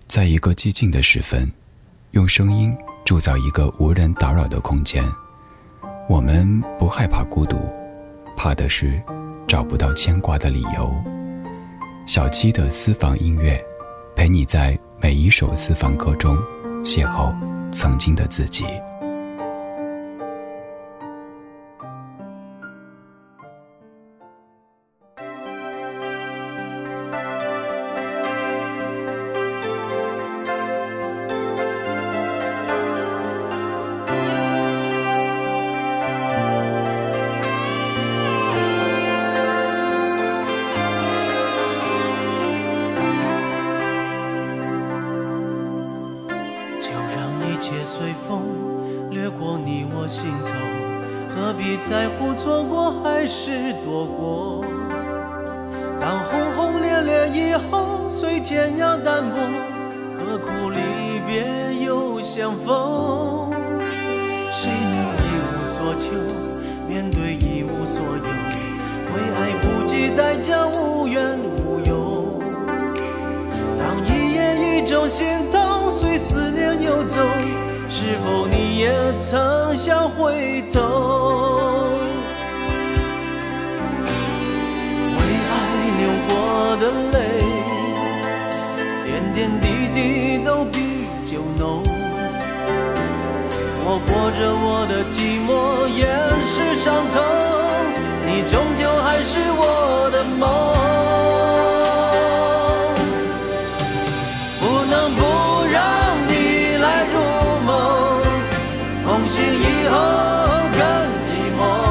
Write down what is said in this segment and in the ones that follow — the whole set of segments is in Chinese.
在一个寂静的时分，用声音铸造一个无人打扰的空间。我们不害怕孤独，怕的是找不到牵挂的理由。小七的私房音乐，陪你在每一首私房歌中邂逅曾经的自己。 随风掠过你我心头，何必在乎错过还是躲过？当轰轰烈烈以后，随天涯淡泊，何苦离别又相逢？谁能一无所求，面对一无所有，为爱不计代价，无怨无尤。当一夜一昼心痛，随思念游走，是否你也曾想回头？为爱流过的泪，点点滴滴都比酒浓。我活着我的寂寞，掩饰伤痛，你终究还是我的梦。不能不让你来入梦，梦醒以后更寂寞，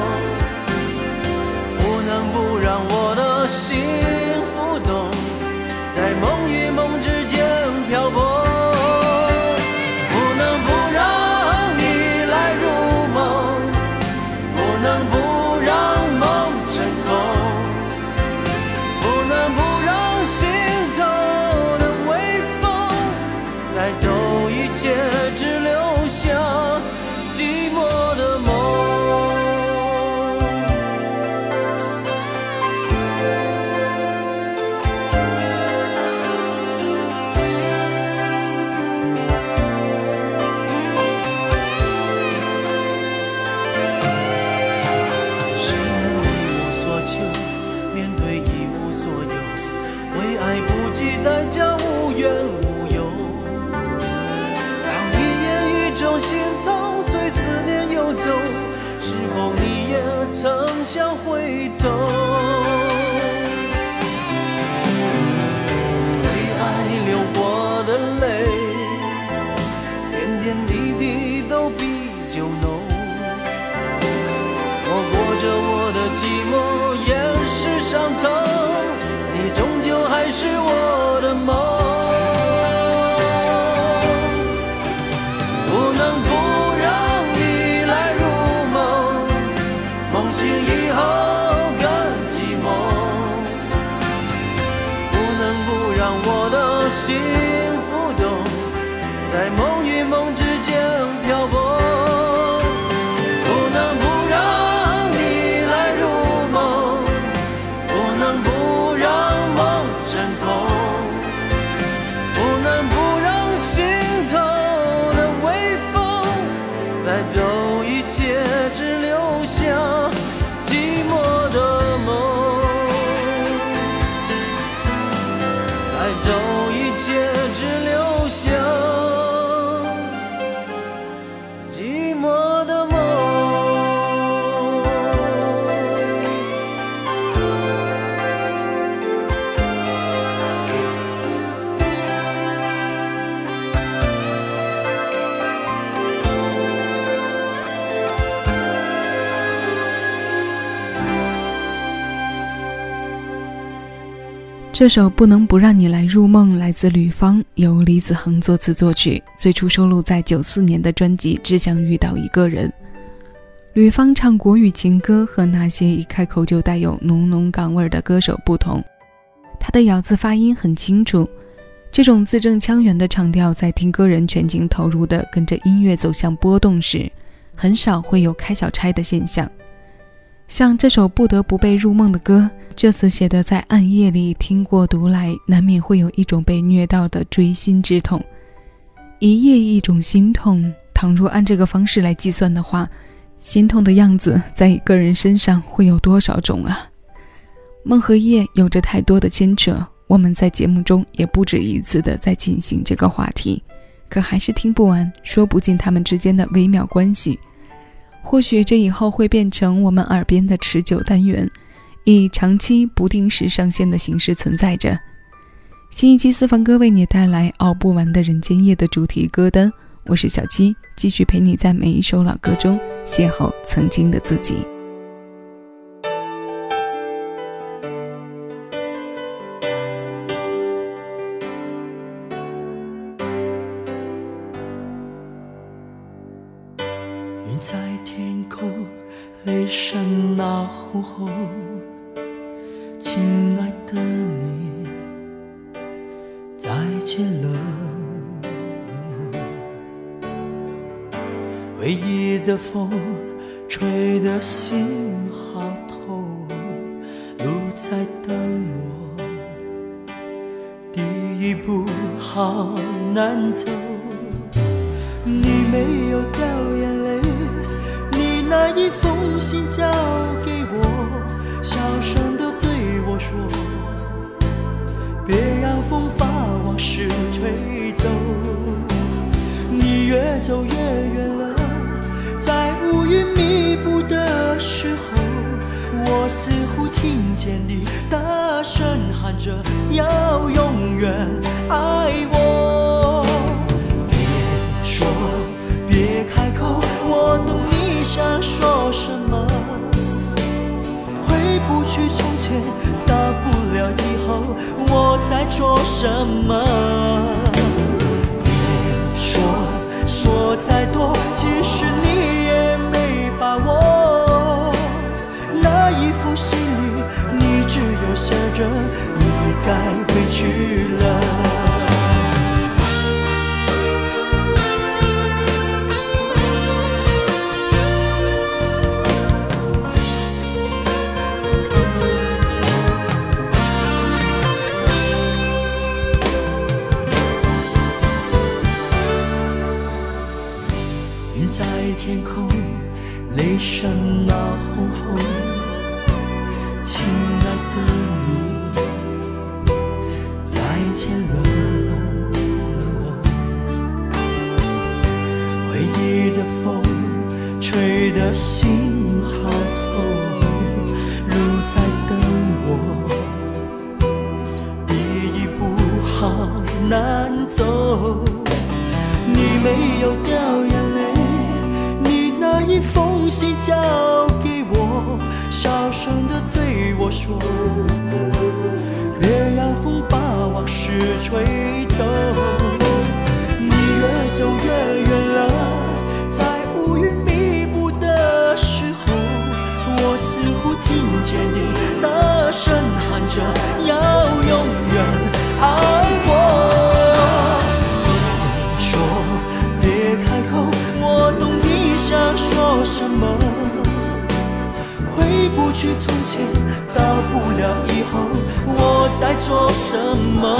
不能不让我的心浮动，在梦与梦之间漂泊，不能不让你来入梦，不能不让梦成空，不能不让心头的微风带走一切，只留下寂寞的梦。谁能一无所求，面对一无所有，为爱不计代价，无怨无尤。当一夜一昼心痛，随思念游走，是否你也曾想回头？为爱流过的泪，点点滴滴都比酒浓。我活着我的寂寞，掩饰伤痛，你终究还是我的梦。不能不让你来入梦，梦醒以后更寂寞，不能不让我的心浮动，在梦与梦之间漂泊，不能不让你来入梦，不能不让梦成空，不能不让心头的微风带走一切，只留下寂寞的梦，带走一切，只留下寂寞的梦。 这首不能不让你来入梦来自吕方，由李子恒作词作曲，最初收录在94年的专辑《只想遇到一个人》。吕方唱国语情歌和那些一开口就带有浓浓港味的歌手不同，他的咬字发音很清楚，这种字正腔圆的唱调在听歌人全情投入地跟着音乐走向波动时，很少会有开小差的现象。像这首不得不被入梦的歌， 这词写的在暗夜里听过读来，难免会有一种被虐到的锥心之痛。一夜一种心痛，倘若按这个方式来计算的话，心痛的样子在一个人身上会有多少种啊？梦和夜有着太多的牵扯，我们在节目中也不止一次的在进行这个话题，可还是听不完，说不尽他们之间的微妙关系。或许这以后会变成我们耳边的持久单元，以长期不定时上线的形式存在着。新一期私房歌为你带来熬不完的人间夜的主题歌单，我是小七，继续陪你在每一首老歌中邂逅曾经的自己。 云在天空，雷声呐吼，亲爱的你再见了。回忆的风吹得心好痛，路在等我，第一步好难走。你没有掉眼泪，你那一封信交给我，小声地对我说，别让风把往事吹走。你越走越远了，在乌云密布的时候，我似乎听见你大声喊着要永远爱我。别开口，我懂你想说什么。回不去从前，大不了以后我在做什么。别说再多，其实你也没把握。那一封信里，你只有写着你该回去了。在天空，雷声呐吼，亲爱的你再见了。回忆的风吹得心好痛，路在等我，第一步好难走。你没有掉眼泪，那一封信交给我，小声地对我说，别让风把往事吹走。你越走越远了，在乌云密布的时候，我似乎听见你大声喊着要永远爱我。别开口，我懂你想说什么。回不去从前，到不了以后我在做什么。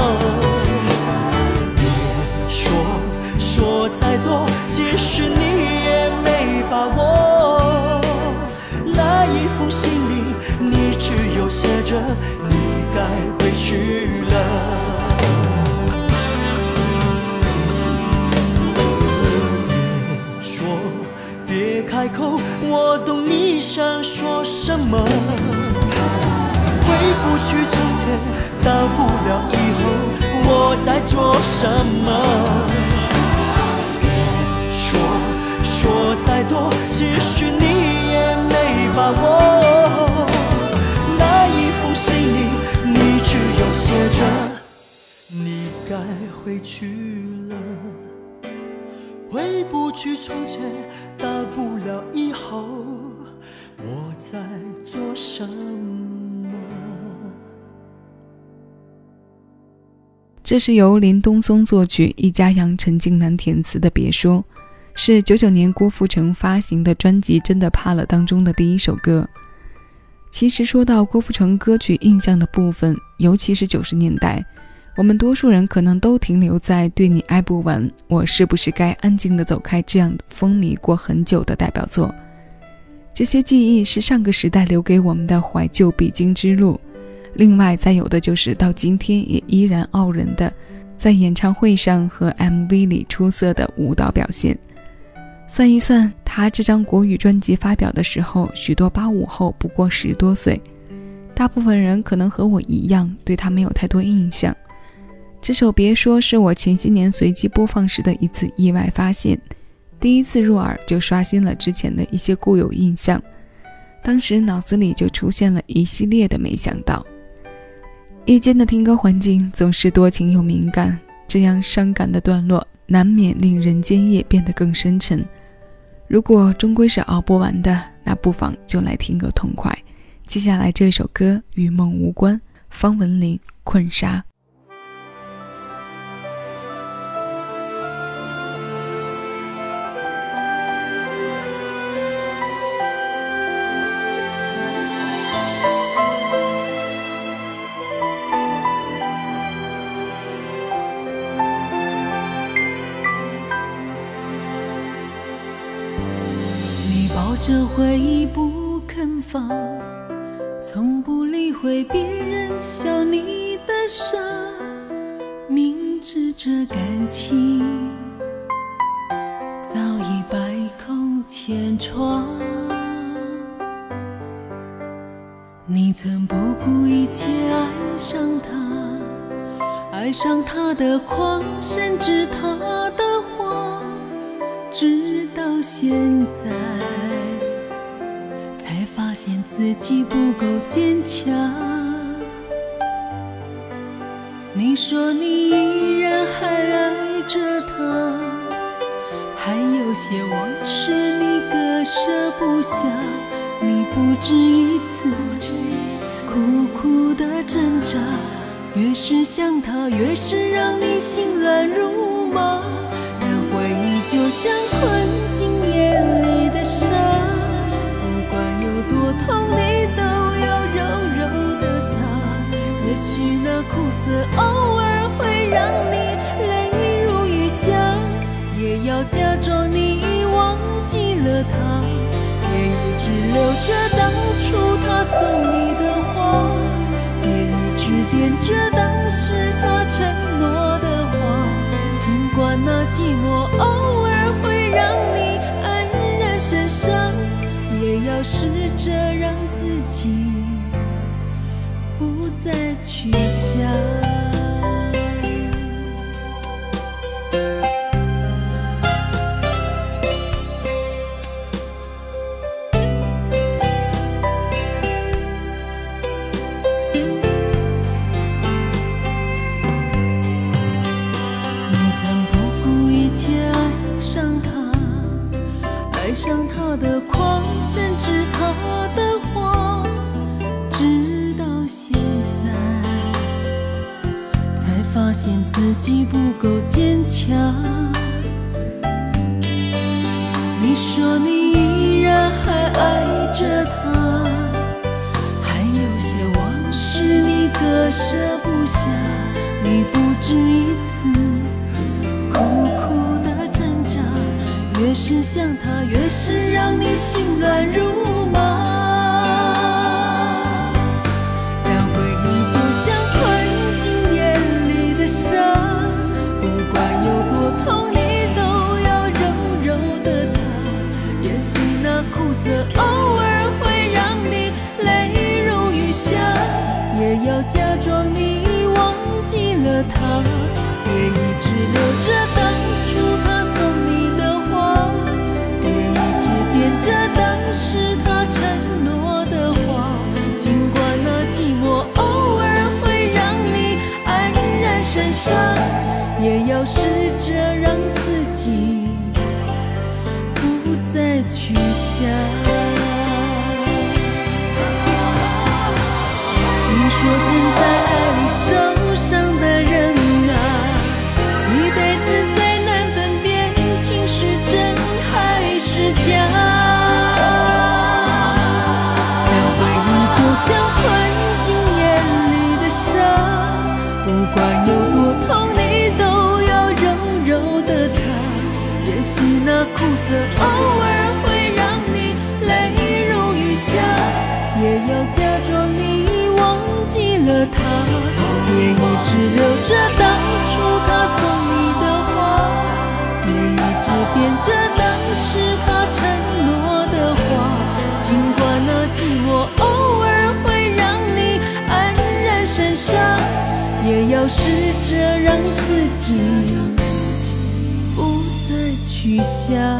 别说再多，其实你也没把握。那一封信里，你只有写着你该回去了。别开口，我懂你想说什么。回不去从前，到不了以后我在做什么。别说再多，其实你也没把握。那一封信里，你只有写着你该回去了。回不去从前，大不了以后我在做什么。 这是由林东松作曲，易家扬、陈近南填词的《别说》，是99年郭富城发行的专辑《真的怕了》当中的第一首歌。 其实说到郭富城歌曲印象的部分，尤其是90年代，我们多数人可能都停留在对你爱不完，我是不是该安静地走开这样风靡过很久的代表作。这些记忆是上个时代留给我们的怀旧必经之路。另外再有的就是到今天也依然傲人的在演唱会上和 MV 里出色的舞蹈表现。算一算，他这张国语专辑发表的时候，许多85后不过10多岁，大部分人可能和我一样对他没有太多印象。这首别说是我前些年随机播放时的一次意外发现，第一次入耳就刷新了之前的一些固有印象，当时脑子里就出现了一系列的没想到。夜间的听歌环境总是多情又敏感，这样伤感的段落难免令人间夜变得更深沉。如果终归是熬不完的，那不妨就来听个痛快。接下来这首歌与梦无关，方文琳《困沙》。 抱着回忆不肯放，从不理会别人笑你的傻，明知这感情早已百孔千疮。你曾不顾一切爱上他，爱上他的狂，甚至他的谎，直到现在才发现自己不够坚强。你说你依然还爱着他，还有些往事你割舍不下，你不止一次苦苦的挣扎，越是想他越是让你心乱如麻，让回忆就像困进眼里的沙，不管有多痛你都要柔柔的擦，也许那苦涩偶尔会让你泪如雨下，也要假装你已忘记了他，也一直留着当初他送你的花，也一直惦着当时他承诺的话，尽管那寂寞偶尔会让你黯然神伤，也要试着让自己不再去想。爱上他的狂，甚至他的谎，直到现在才发现自己不够坚强。你说你依然还爱着他，还有些往事你割舍不下，你不止一次苦苦的挣扎，越是想他越是让你心乱如麻，让回忆就像困进眼里的沙，不管有多痛你都要柔柔的擦，也许那苦涩偶尔会让你泪如雨下，也要假装你已忘记了他，也一直留着当初他送你的话，念着当时他承诺的话，尽管那寂寞偶尔会让你黯然神伤，也要试着让自己不再去想。你说曾在爱里受伤的人啊，一辈子最难分辨情是真还是假，让回忆就也要假装你忘记了他，也一直留着当初他送你的花，也一直惦着当时他承诺的话。尽管那寂寞偶尔会让你黯然神伤，也要试着让自己不再去想。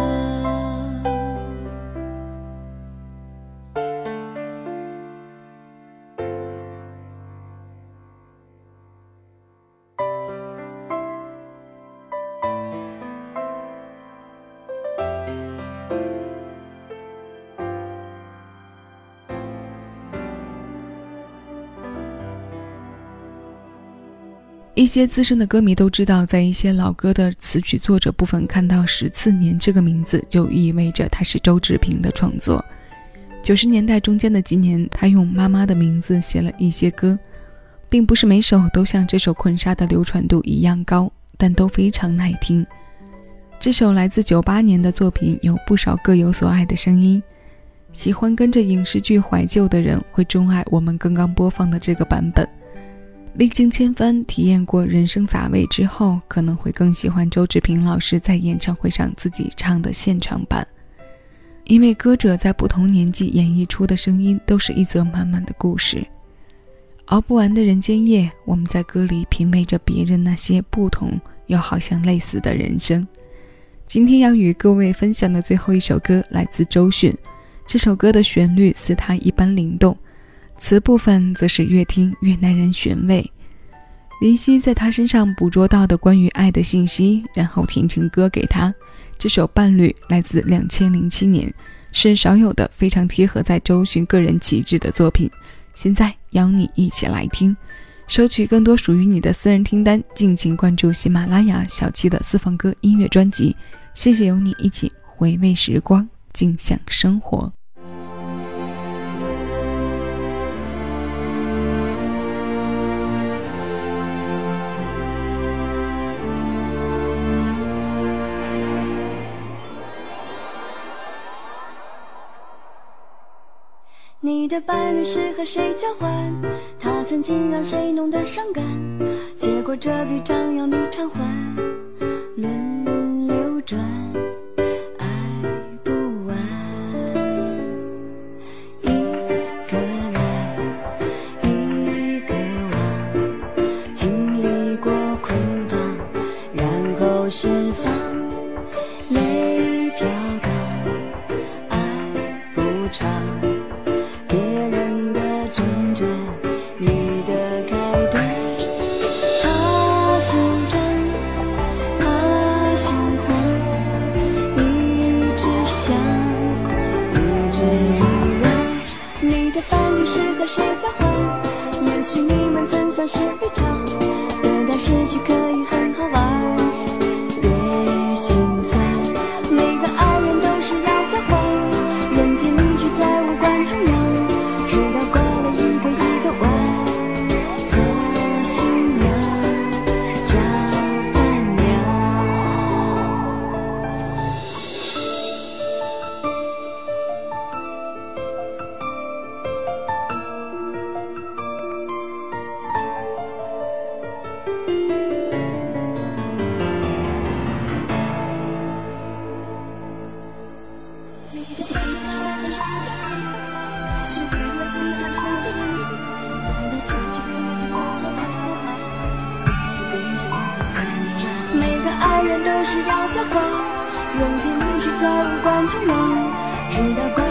一些资深的歌迷都知道，在一些老歌的词曲作者部分看到十四年这个名字，就意味着它是周志平的创作。90年代中间的几年，他用妈妈的名字写了一些歌，并不是每首都像这首《困沙》的流传度一样高，但都非常耐听。这首来自98年的作品有不少各有所爱的声音，喜欢跟着影视剧怀旧的人会钟爱我们刚刚播放的这个版本。历经千帆，体验过人生杂味之后，可能会更喜欢周志平老师在演唱会上自己唱的现场版，因为歌者在不同年纪演绎出的声音都是一则满满的故事。熬不完的人间夜，我们在歌里品味着别人那些不同又好像类似的人生。今天要与各位分享的最后一首歌来自周迅，这首歌的旋律似他一般灵动，词部分则是越听越耐人寻味。林夕在他身上捕捉到的关于爱的信息，然后填成歌给他。这首《伴侣》来自2007年，是少有的非常贴合在周迅个人气质的作品。现在邀你一起来听，收取更多属于你的私人听单，敬请关注喜马拉雅小七的私房歌音乐专辑。谢谢有你一起回味时光，尽享生活。 你的伴侣是和谁交换？他曾经让谁弄得伤感？结果这笔账要你偿还，轮流转，爱不完。一个来，一个往，经历过捆绑，然后释放，泪飘荡，爱不长。谁交换？也许你们曾相识一场，得到失去可以很好玩，别心酸。每个爱人都是要交换，人间离去再无关痛痒，直到过了一个一个弯，做新娘找伴娘。每个爱人都是要交换，人间离去再无关痛痒，直到